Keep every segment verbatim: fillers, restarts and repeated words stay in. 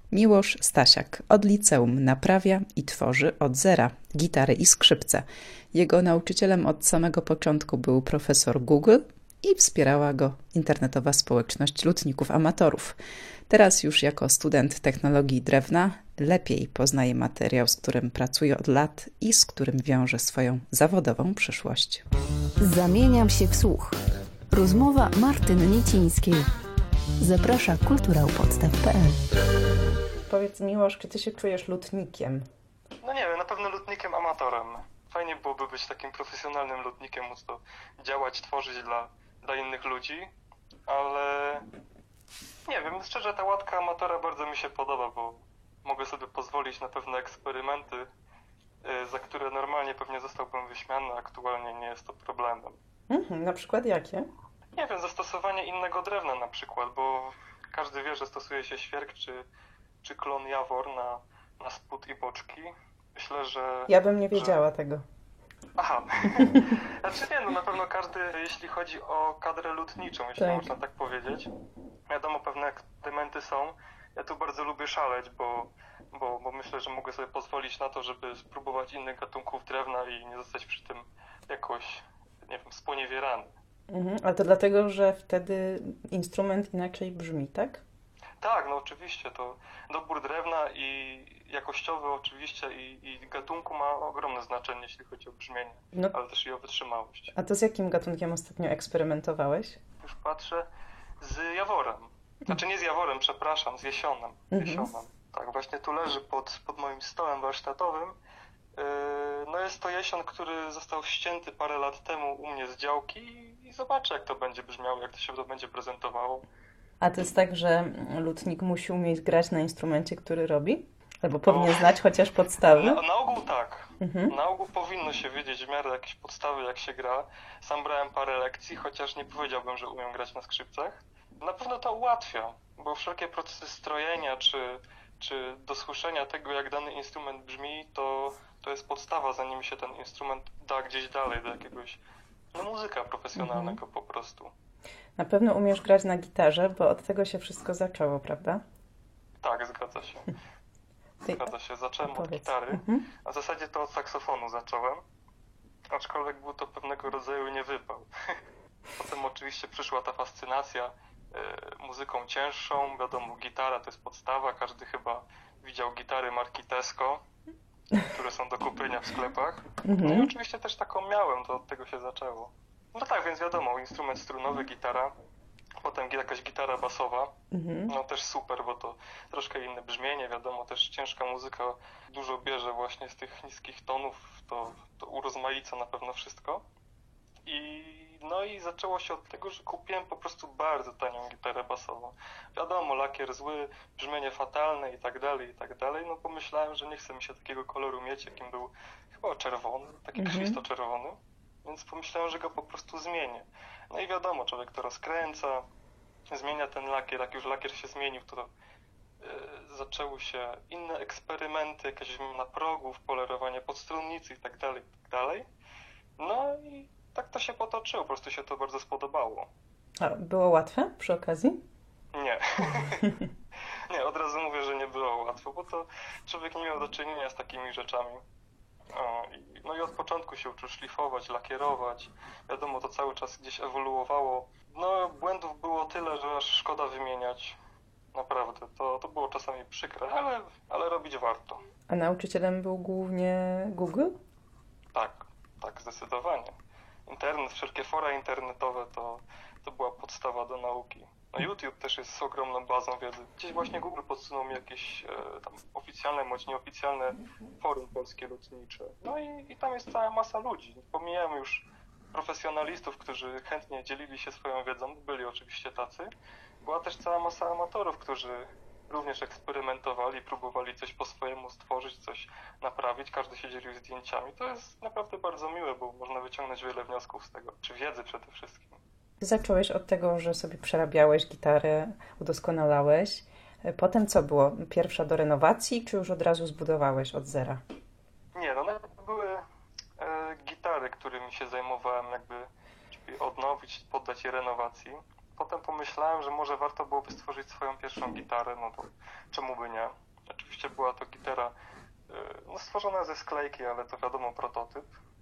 Miłosz Stasiak od liceum naprawia i tworzy od zera gitary i skrzypce. Jego nauczycielem od samego początku był profesor Google i wspierała go internetowa społeczność lutników amatorów. Teraz już jako student technologii drewna lepiej poznaje materiał, z którym pracuje od lat i z którym wiąże swoją zawodową przyszłość. Zamieniam się w słuch. Rozmowa Martyny Niecińskiej. Zaprasza kulturał podstaw kropka pe el. Powiedz, Miłosz, czy ty się czujesz lutnikiem? No nie wiem, na pewno lutnikiem amatorem. Fajnie byłoby być takim profesjonalnym lutnikiem, móc to działać, tworzyć dla, dla innych ludzi, ale nie wiem, szczerze ta łatka amatora bardzo mi się podoba, bo mogę sobie pozwolić na pewne eksperymenty, za które normalnie pewnie zostałbym wyśmiany, a aktualnie nie jest to problemem. Mhm, na przykład jakie? Nie wiem, zastosowanie innego drewna na przykład, bo każdy wie, że stosuje się świerk czy, czy klon jawor na, na spód i boczki. Myślę, że... Ja bym nie wiedziała że... tego. Aha. Znaczy nie, no na pewno każdy, jeśli chodzi o kadrę lutniczą, jeśli tak. można tak powiedzieć. Wiadomo, pewne eksperymenty są. Ja tu bardzo lubię szaleć, bo, bo, bo myślę, że mogę sobie pozwolić na to, żeby spróbować innych gatunków drewna i nie zostać przy tym jakoś, nie wiem, sponiewierany. Mhm, ale to dlatego, że wtedy instrument inaczej brzmi, tak? Tak, no oczywiście, to dobór drewna i jakościowy oczywiście i, i gatunku ma ogromne znaczenie, jeśli chodzi o brzmienie, No. ale też i o wytrzymałość. A to z jakim gatunkiem ostatnio eksperymentowałeś? Już patrzę, z jaworem. Znaczy nie z jaworem, przepraszam, z jesionem. Mhm. jesionem. Tak, właśnie tu leży pod, pod moim stołem warsztatowym. Yy, no jest to jesion, który został ścięty parę lat temu u mnie z działki i, i zobaczę, jak to będzie brzmiało, jak to się to będzie prezentowało. A to jest tak, że lutnik musi umieć grać na instrumencie, który robi? Albo powinien O. znać chociaż podstawy? Na, na ogół tak. Mhm. Na ogół powinno się wiedzieć w miarę jakieś podstawy, jak się gra. Sam brałem parę lekcji, chociaż nie powiedziałbym, że umiem grać na skrzypcach. Na pewno to ułatwia, bo wszelkie procesy strojenia czy, czy dosłyszenia tego, jak dany instrument brzmi, to, to jest podstawa, zanim się ten instrument da gdzieś dalej, do jakiegoś no, muzyka profesjonalnego Mhm. po prostu. Na pewno umiesz grać na gitarze, bo od tego się wszystko zaczęło, prawda? Tak, zgadza się. Ty- Zgadza się. Zacząłem od Opowiedz. gitary, Mhm. a w zasadzie to od saksofonu zacząłem, aczkolwiek był to pewnego rodzaju niewypał. Potem oczywiście przyszła ta fascynacja e, muzyką cięższą. Wiadomo, gitara to jest podstawa. Każdy chyba widział gitary marki Tesco, które są do kupienia w sklepach. No i Mhm. oczywiście też taką miałem, to od tego się zaczęło. No tak, więc wiadomo, instrument strunowy, gitara, potem jakaś gitara basowa. Mhm. No też super, bo to troszkę inne brzmienie, wiadomo, też ciężka muzyka dużo bierze właśnie z tych niskich tonów, to, to urozmaica na pewno wszystko. I no i zaczęło się od tego, że kupiłem po prostu bardzo tanią gitarę basową. Wiadomo, lakier zły, brzmienie fatalne i tak dalej, i tak dalej. No pomyślałem, że nie chce mi się takiego koloru mieć, jakim był chyba czerwony, taki Mhm. krwisto-czerwony. Więc pomyślałem, że go po prostu zmienię. No i wiadomo, człowiek to rozkręca, zmienia ten lakier. Jak już lakier się zmienił, to yy, zaczęły się inne eksperymenty, jakieś zmiana progów, polerowanie podstrunnicy i tak dalej, i tak dalej. No i tak to się potoczyło, po prostu się to bardzo spodobało. A było łatwe przy okazji? Nie. Nie, od razu mówię, że nie było łatwo, bo to człowiek nie miał do czynienia z takimi rzeczami. O, i, no i od początku się uczył szlifować, lakierować. Wiadomo, to cały czas gdzieś ewoluowało. No, błędów było tyle, że aż szkoda wymieniać. Naprawdę, to, to było czasami przykre, ale, ale robić warto. A nauczycielem był głównie Google? Tak, tak, zdecydowanie. Internet, wszelkie fora internetowe to, to była podstawa do nauki. No YouTube też jest ogromną bazą wiedzy. Gdzieś właśnie Google podsunął mi jakieś e, tam oficjalne, bądź nieoficjalne forum polskie lotnicze. No i, i tam jest cała masa ludzi. Pomijamy już profesjonalistów, którzy chętnie dzielili się swoją wiedzą, byli oczywiście tacy. Była też cała masa amatorów, którzy również eksperymentowali, próbowali coś po swojemu stworzyć, coś naprawić. Każdy się dzielił zdjęciami. To jest naprawdę bardzo miłe, bo można wyciągnąć wiele wniosków z tego, czy wiedzy przede wszystkim. Zacząłeś od tego, że sobie przerabiałeś gitarę, udoskonalałeś. Potem co było? Pierwsza do renowacji, czy już od razu zbudowałeś od zera? Nie, no najpierw były e, gitary, którymi się zajmowałem, jakby, żeby odnowić, poddać je renowacji. potem pomyślałem, że może warto byłoby stworzyć swoją pierwszą gitarę, no to czemu by nie? Oczywiście była to gitara no, stworzona ze sklejki, ale to wiadomo, prototyp.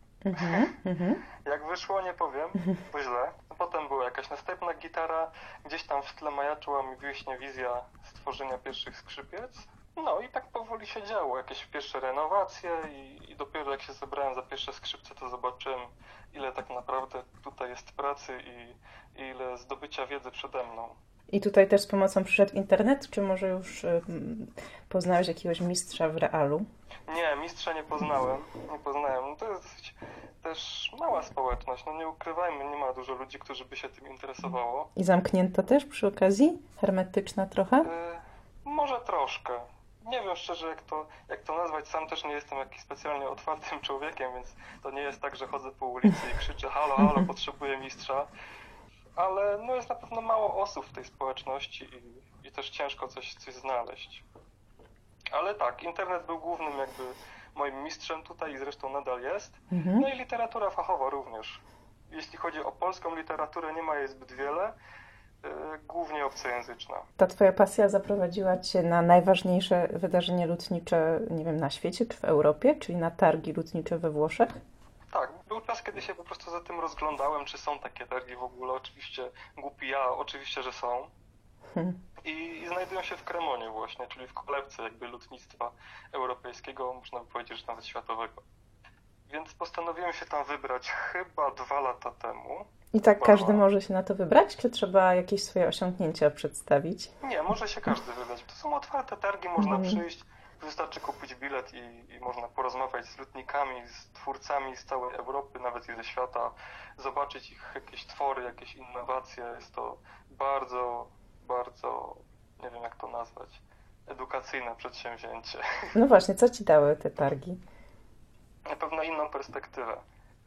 Mm-hmm. Jak wyszło, nie powiem, bo źle. Potem była jakaś następna gitara, gdzieś tam w tle majaczyła mi właśnie wizja stworzenia pierwszych skrzypiec. No i tak powoli się działo, jakieś pierwsze renowacje i, i dopiero jak się zebrałem za pierwsze skrzypce, to zobaczyłem, ile tak naprawdę tutaj jest pracy i, i ile zdobycia wiedzy przede mną. I tutaj też z pomocą przyszedł internet, czy może już y, poznałeś jakiegoś mistrza w realu? Nie, mistrza nie poznałem, nie poznałem. No to jest dosyć też mała społeczność, no nie ukrywajmy, nie ma dużo ludzi, którzy by się tym interesowało. I zamknięta też przy okazji? Hermetyczna trochę? Y, może troszkę. Nie wiem szczerze, jak to, jak to nazwać. Sam też nie jestem jakimś specjalnie otwartym człowiekiem, więc to nie jest tak, że chodzę po ulicy i krzyczę halo, halo, potrzebuję mistrza. Ale no jest na pewno mało osób w tej społeczności i, i też ciężko coś, coś znaleźć. Ale tak, internet był głównym jakby moim mistrzem tutaj i zresztą nadal jest. Mhm. No i literatura fachowa również. Jeśli chodzi o polską literaturę, nie ma jej zbyt wiele, yy, głównie obcojęzyczna. Ta twoja pasja zaprowadziła cię na najważniejsze wydarzenie lotnicze, nie wiem, na świecie czy w Europie, czyli na targi lotnicze we Włoszech? Tak, był czas, kiedy się po prostu za tym rozglądałem, czy są takie targi w ogóle. Oczywiście, głupi ja, oczywiście, że są. Hmm. I, I znajdują się w Cremonie właśnie, czyli w kolebce jakby lotnictwa europejskiego, można by powiedzieć, że nawet światowego. Więc postanowiłem się tam wybrać chyba dwa lata temu. I tak chyba każdy może się na to wybrać, czy trzeba jakieś swoje osiągnięcia przedstawić? Nie, może się każdy wybrać. To są otwarte targi, można hmm. przyjść. Wystarczy kupić bilet i, i można porozmawiać z lotnikami, z twórcami z całej Europy, nawet i ze świata, zobaczyć ich jakieś twory, jakieś innowacje. Jest to bardzo, bardzo, nie wiem jak to nazwać, edukacyjne przedsięwzięcie. No właśnie, co ci dały te targi? Na pewno inną perspektywę,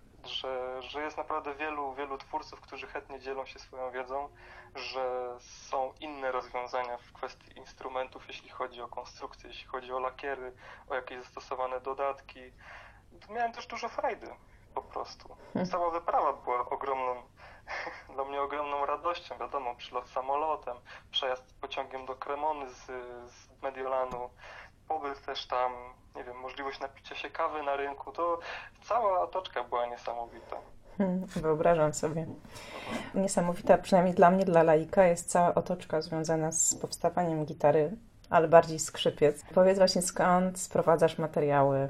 że, że jest naprawdę wielu, wielu twórców, którzy chętnie dzielą się swoją wiedzą, że są inne rozwiązania w kwestii instrumentów, jeśli chodzi o konstrukcję, jeśli chodzi o lakiery, o jakieś zastosowane dodatki. Miałem też dużo frajdy po prostu. Cała wyprawa była ogromną, dla mnie ogromną radością. Wiadomo, przylot samolotem, przejazd pociągiem do Cremony z, z Mediolanu, pobyt też tam, nie wiem, możliwość napicia się kawy na rynku, to cała otoczka była niesamowita. Hmm, wyobrażam sobie. Niesamowita, przynajmniej dla mnie, dla laika, jest cała otoczka związana z powstawaniem gitary, ale bardziej skrzypiec. Powiedz właśnie, skąd sprowadzasz materiały?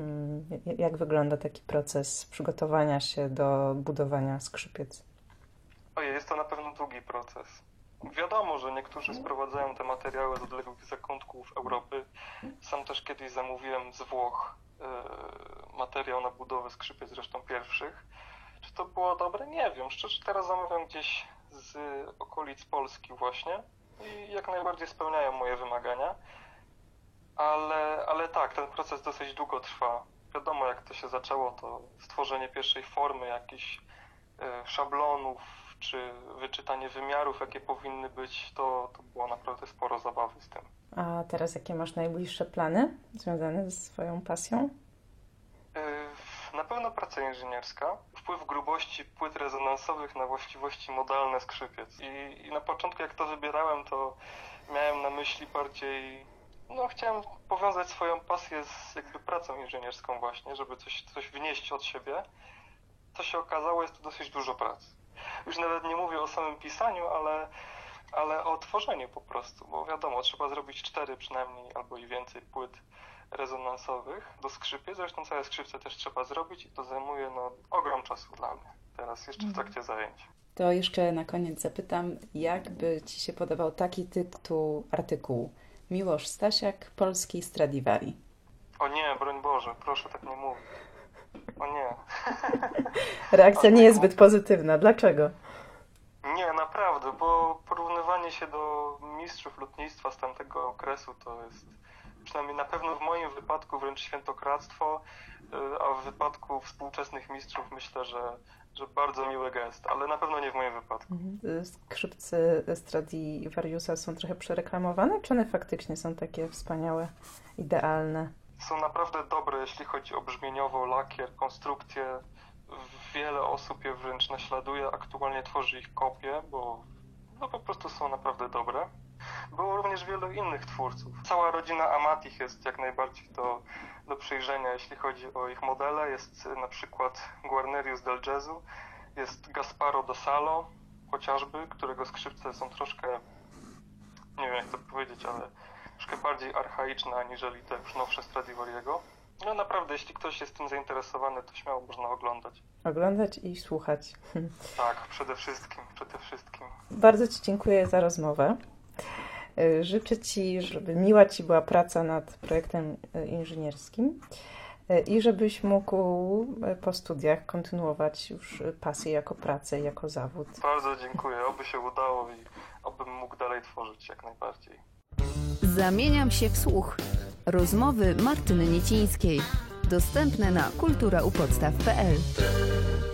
Jak wygląda taki proces przygotowania się do budowania skrzypiec? Ojej, jest to na pewno długi proces. Wiadomo, że niektórzy sprowadzają te materiały z odległych zakątków Europy. Sam też kiedyś zamówiłem z Włoch yy, materiał na budowę skrzypiec, zresztą pierwszych. Czy to było dobre? Nie wiem. Szczerze teraz zamawiam gdzieś z okolic Polski właśnie i jak najbardziej spełniają moje wymagania. Ale, ale tak, ten proces dosyć długo trwa. Wiadomo, jak to się zaczęło, to stworzenie pierwszej formy, jakichś yy, szablonów, czy wyczytanie wymiarów, jakie powinny być, to, to było naprawdę sporo zabawy z tym. A teraz jakie masz najbliższe plany związane ze swoją pasją? Yy, na pewno praca inżynierska. Wpływ grubości płyt rezonansowych na właściwości modalne skrzypiec. I, I na początku jak to wybierałem, to miałem na myśli bardziej, no chciałem powiązać swoją pasję z jakby pracą inżynierską właśnie, żeby coś, coś wnieść od siebie. Co się okazało, jest to dosyć dużo pracy. Już nawet nie mówię o samym pisaniu, ale, ale o tworzeniu po prostu, bo wiadomo, trzeba zrobić cztery przynajmniej albo i więcej płyt rezonansowych do skrzypiec, zresztą całe skrzypce też trzeba zrobić i to zajmuje no, ogrom czasu dla mnie, teraz jeszcze w trakcie zajęć. To jeszcze na koniec zapytam, jak by Ci się podobał taki tytuł artykułu? Miłosz Stasiak, polski Stradivari. O nie, broń Boże, proszę tak nie mówić. O nie. Reakcja nie jest zbyt pozytywna. Dlaczego? Nie, naprawdę, bo porównywanie się do mistrzów lotnictwa z tamtego okresu to jest, przynajmniej na pewno w moim wypadku, wręcz świętokradztwo, a w wypadku współczesnych mistrzów myślę, że, że bardzo miły gest, ale na pewno nie w moim wypadku. Skrzypce Stradivariusa są trochę przereklamowane, czy one faktycznie są takie wspaniałe, idealne? Są naprawdę dobre, jeśli chodzi o brzmieniowo, lakier, konstrukcję. Wiele osób je wręcz naśladuje, aktualnie tworzy ich kopie, bo no po prostu są naprawdę dobre. Było również wielu innych twórców. Cała rodzina Amatich jest jak najbardziej do, do przyjrzenia, jeśli chodzi o ich modele. Jest na przykład Guarnerius del Gesù, jest Gasparo da Salo chociażby, którego skrzypce są troszkę, nie wiem jak to powiedzieć, ale troszkę bardziej archaiczne aniżeli te już nowsze Stradivariego. No naprawdę, jeśli ktoś jest tym zainteresowany, to śmiało można oglądać. Oglądać i słuchać. Tak, przede wszystkim, przede wszystkim. Bardzo Ci dziękuję za rozmowę. Życzę Ci, żeby miła Ci była praca nad projektem inżynierskim i żebyś mógł po studiach kontynuować już pasję jako pracę i jako zawód. Bardzo dziękuję, oby się udało i obym mógł dalej tworzyć jak najbardziej. Zamieniam się w słuch. Rozmowy Martyny Niecińskiej. Dostępne na kultura u podstaw kropka p l.